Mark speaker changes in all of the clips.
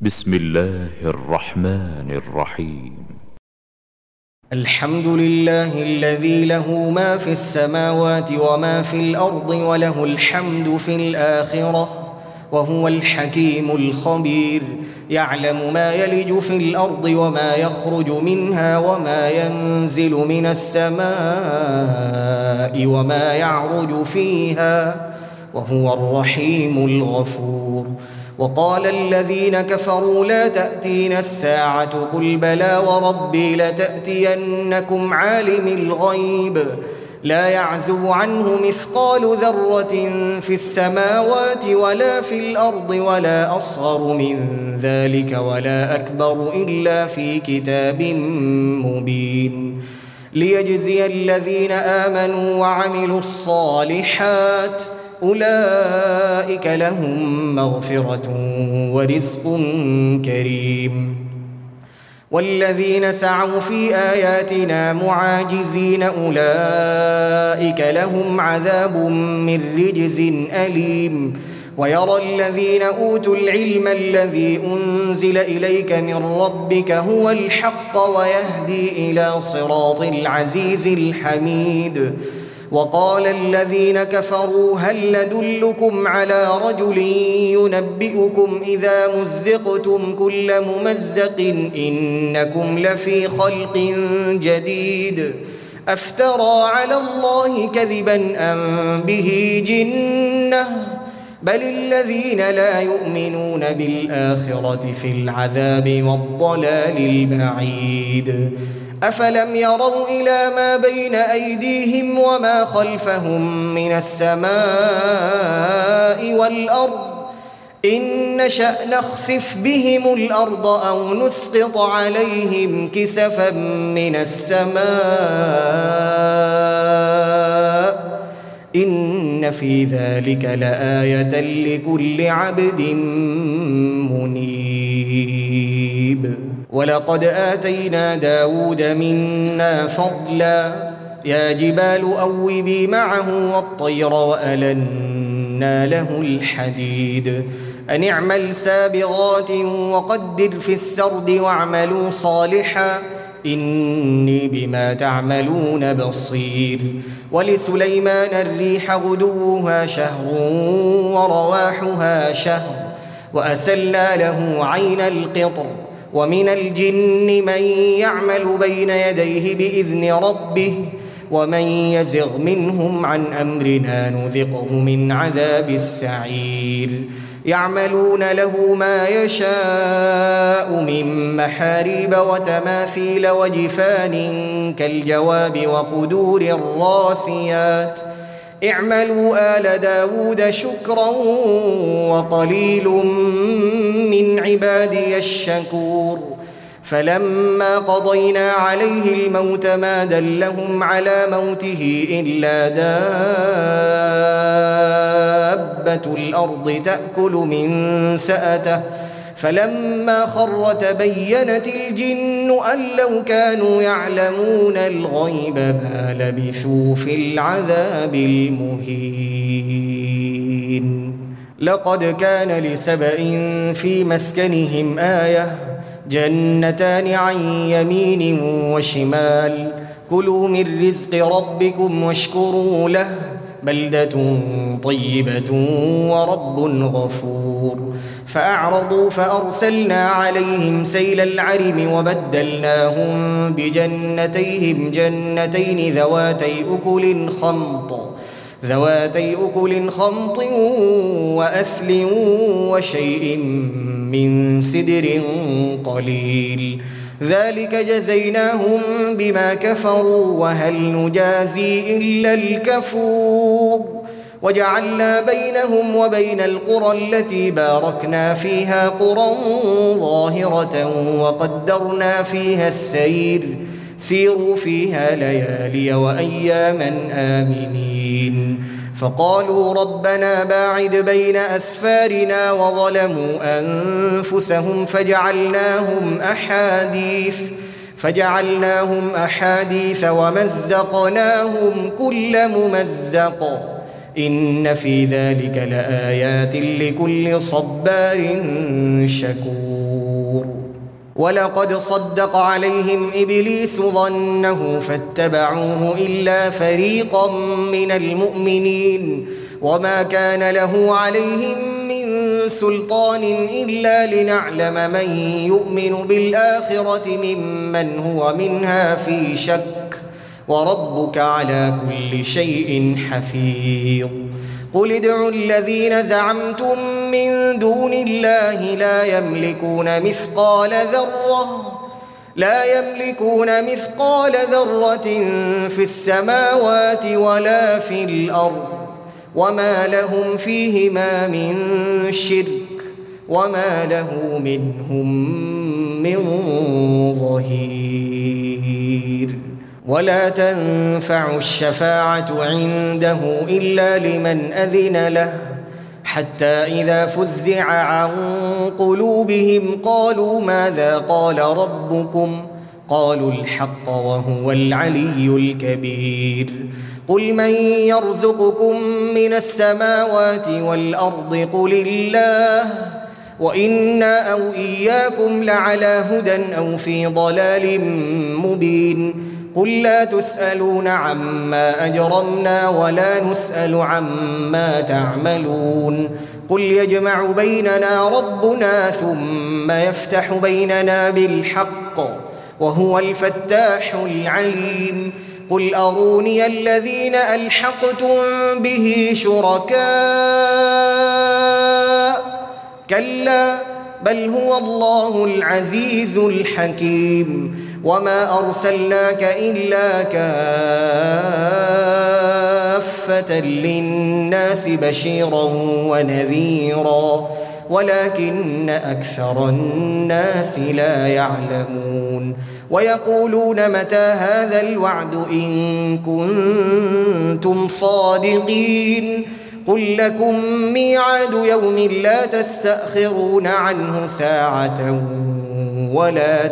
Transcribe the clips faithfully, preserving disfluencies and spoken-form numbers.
Speaker 1: بسم الله الرحمن الرحيم.
Speaker 2: الحمد لله الذي له ما في السماوات وما في الأرض وله الحمد في الآخرة وهو الحكيم الخبير. يعلم ما يلج في الأرض وما يخرج منها وما ينزل من السماء وما يعرج فيها وهو الرحيم الغفور. وقال الذين كفروا لا تأتينا الساعة قل بلى وربي لتأتينكم عالم الغيب لا يعزب عنه مثقال ذرة في السماوات ولا في الأرض ولا أصغر من ذلك ولا أكبر إلا في كتاب مبين ليجزي الذين آمنوا وعملوا الصالحات أولئك لهم مغفرة ورزق كريم. والذين سعوا في آياتنا معاجزين أولئك لهم عذاب من رجز أليم. ويرى الذين أوتوا العلم الذي أنزل إليك من ربك هو الحق ويهدي إلى صراط العزيز الحميد. وقال الذين كفروا هل ندلكم على رجل ينبئكم إذا مزقتم كل ممزق إنكم لفي خلق جديد أفترى على الله كذبا أم به جنة بل الذين لا يؤمنون بالآخرة في العذاب والضلال البعيد. أفلم يروا إلى ما بين أيديهم وما خلفهم من السماء والأرض إن نشأ نخسف بهم الأرض أو نسقط عليهم كسفا من السماء إن في ذلك لآية لكل عبد منيب. ولقد آتينا داود منا فضلا يا جبال أوبي معه والطير وألنا له الحديد أن اعمل سابغات وقدر في السرد واعملوا صالحا إني بما تعملون بصير. ولسليمان الريح غدوها شهر ورواحها شهر وأسلنا له عين القطر ومن الجن من يعمل بين يديه بإذن ربه ومن يزغ منهم عن أمرنا نذقه من عذاب السعير. يعملون له ما يشاء من محاريب وتماثيل وجفان كالجواب وقدور الراسيات اعملوا آل داود شكرا وقليل من عبادي الشكور. فلما قضينا عليه الموت ما دلهم على موته إلا دابة الأرض تأكل من سأته فلما خر تبينت الجن أن لو كانوا يعلمون الغيب ما لبثوا في العذاب المهين. لقد كان لسبإ في مسكنهم آية جنتان عن يمين وشمال كلوا من رزق ربكم واشكروا له بلدة طيبة ورب غفور. فأعرضوا فأرسلنا عليهم سيل العرم وبدلناهم بجنتيهم جنتين ذواتي أكل خمط ذواتي أكل خمط وأثل وشيء من سدر قليل ذلك جزيناهم بما كفروا وهل نجازي إلا الكفور. وجعلنا بينهم وبين القرى التي باركنا فيها قرى ظاهرة وقدرنا فيها السير سيروا فيها ليالي وأياما آمنين. فقالوا ربنا باعد بين أسفارنا وظلموا أنفسهم فجعلناهم أحاديث فجعلناهم أحاديث ومزقناهم كل ممزق إن في ذلك لآيات لكل صبار شكور. ولقد صدق عليهم إبليس ظنه فاتبعوه إلا فريقا من المؤمنين وما كان له عليهم من سلطان إلا لنعلم من يؤمن بالآخرة ممن هو منها في شك وربك على كل شيء حفيظ. قل ادعوا الذين زعمتم من دون الله لا يملكون مثقال ذرة لا يملكون مثقال ذرة في السماوات ولا في الأرض وما لهم فيهما من شرك وما له منهم من ظهير. ولا تنفع الشفاعة عنده إلا لمن أذن له حتى إذا فزع عن قلوبهم قالوا ماذا قال ربكم قالوا الحق وهو العلي الكبير. قل من يرزقكم من السماوات والأرض قل الله وإنا أو إياكم لعلى هدى أو في ضلال مبين. قل لا تسألون عما أجرمنا ولا نسأل عما تعملون. قل يجمع بيننا ربنا ثم يفتح بيننا بالحق وهو الفتاح العليم. قل أروني الذين ألحقتم به شركاء كلا بل هو الله العزيز الحكيم. وما أرسلناك إلا كافة للناس بشيرا ونذيرا ولكن أكثر الناس لا يعلمون. ويقولون متى هذا الوعد إن كنتم صادقين قل لكم ميعاد يوم لا تستأخرون عنه ساعة ولا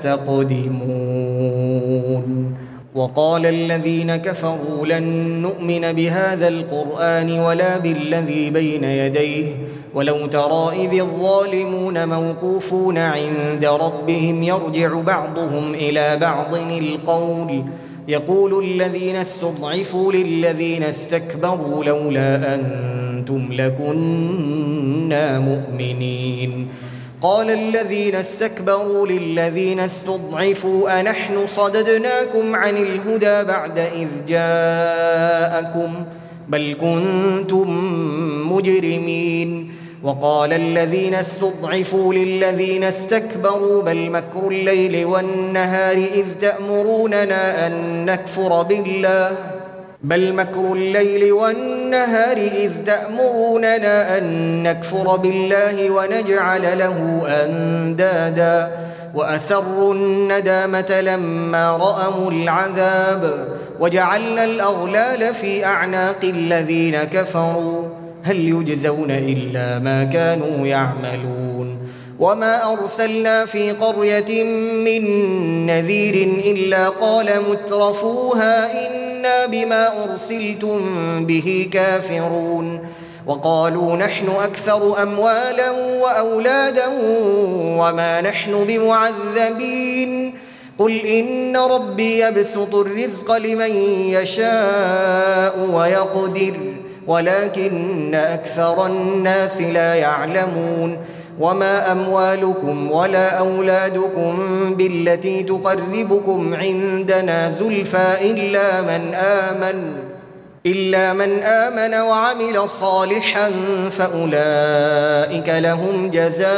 Speaker 2: تستقدمون. وقال الذين كفروا لن نؤمن بهذا القرآن ولا بالذي بين يديه ولو ترى إذ الظالمون موقوفون عند ربهم يرجع بعضهم إلى بعض القول يقول الذين استضعفوا للذين استكبروا لولا أنتم لكنا مؤمنين. قال الذين استكبروا للذين استضعفوا أنحن صددناكم عن الهدى بعد إذ جاءكم بل كنتم مجرمين. وقال الذين استضعفوا للذين استكبروا بل مكر الليل والنهار إذ تأمروننا أن نكفر بالله بل مكر الليل والنهار إذ تأمروننا أن نكفر بالله ونجعل له أندادا وأسروا الندامة لما رأوا العذاب وجعلنا الأغلال في أعناق الذين كفروا هل يجزون إلا ما كانوا يعملون. وما أرسلنا في قرية من نذير إلا قال مترفوها إنا بما أرسلتم به كافرون. وقالوا نحن أكثر أموالا وأولادا وما نحن بمعذبين. قل إن ربي يبسط الرزق لمن يشاء ويقدر ولكن أكثر الناس لا يعلمون. وما أموالكم ولا أولادكم بالتي تقربكم عندنا زلفى إلا من آمن إلا من آمن وعمل صالحا فأولئك لهم جزاء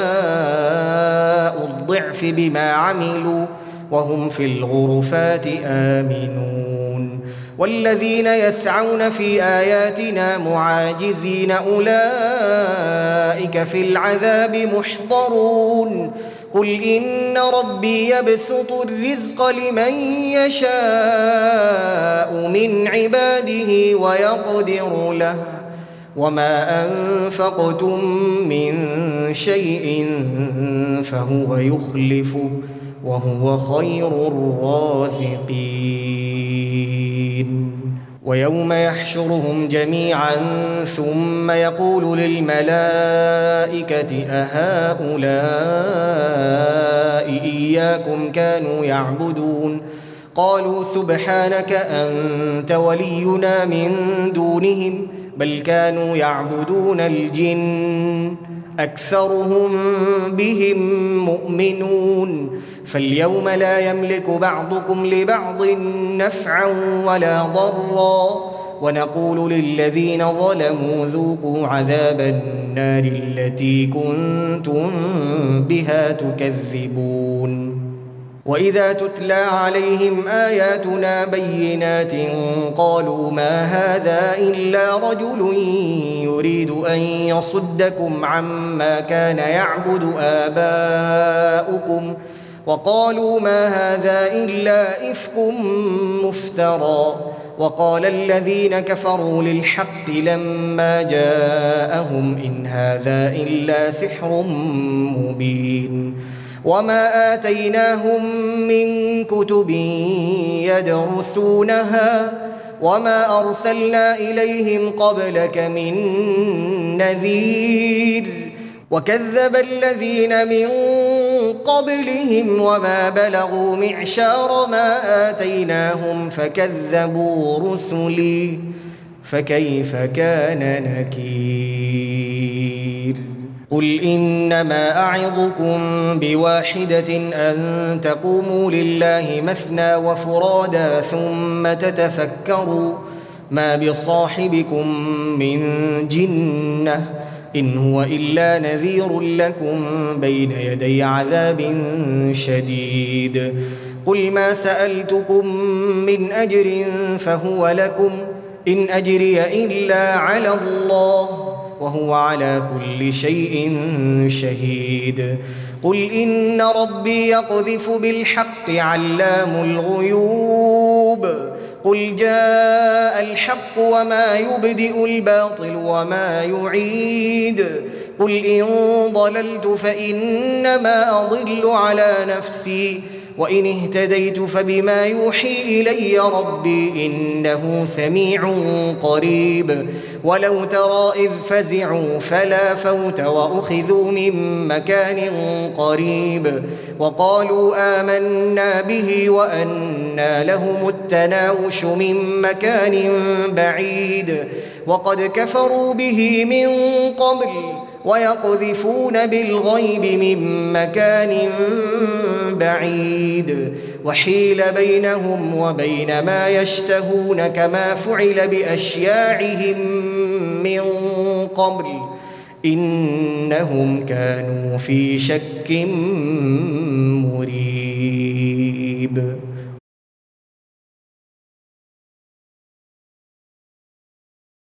Speaker 2: الضعف بما عملوا وهم في الغرفات آمنون. والذين يسعون في آياتنا معاجزين أولئك في العذاب محضرون. قل إن ربي يبسط الرزق لمن يشاء من عباده ويقدر له وما أنفقتم من شيء فهو يخلفه وهو خير الرازقين. ويوم يحشرهم جميعا ثم يقول للملائكة أهؤلاء إياكم كانوا يعبدون قالوا سبحانك أنت ولينا من دونهم بل كانوا يعبدون الجن أكثرهم بهم مؤمنون فاليوم لا يملك بعضكم لبعض نفعا ولا ضرا ونقول للذين ظلموا ذوقوا عذاب النار التي كنتم بها تكذبون وإذا تتلى عليهم آياتنا بينات قالوا ما هذا إلا رجل يريد أن يصدكم عما كان يعبد آباؤكم وقالوا ما هذا إلا إفك مفترى وقال الذين كفروا للحق لما جاءهم إن هذا إلا سحر مبين وما آتيناهم من كتب يدرسونها وما أرسلنا إليهم قبلك من نذير وكذب الذين من قبلهم وما بلغوا معشار ما آتيناهم فكذبوا رسلي فكيف كان نكير قل إنما أعظكم بواحدة أن تقوموا لله مثنى وفرادا ثم تتفكروا ما بصاحبكم من جنة إن هو إلا نذير لكم بين يدي عذاب شديد قل ما سألتكم من أجر فهو لكم إن أجري إلا على الله وهو على كل شيء شهيد قل إن ربي يقذف بالحق علام الغيوب قل جاء الحق وما يبدئ الباطل وما يعيد قل إن ضللت فإنما أضل على نفسي وإن اهتديت فبما يوحي إلي ربي إنه سميع قريب ولو ترى إذ فزعوا فلا فوت وأخذوا من مكان قريب وقالوا آمنا به وأنى لهم التناوش من مكان بعيد وقد كفروا به من قبل ويقذفون بالغيب من مكان بعيد وحيل بينهم وبين ما يشتهون كما فعل بأشياعهم من قبل إنهم كانوا في شك مريب.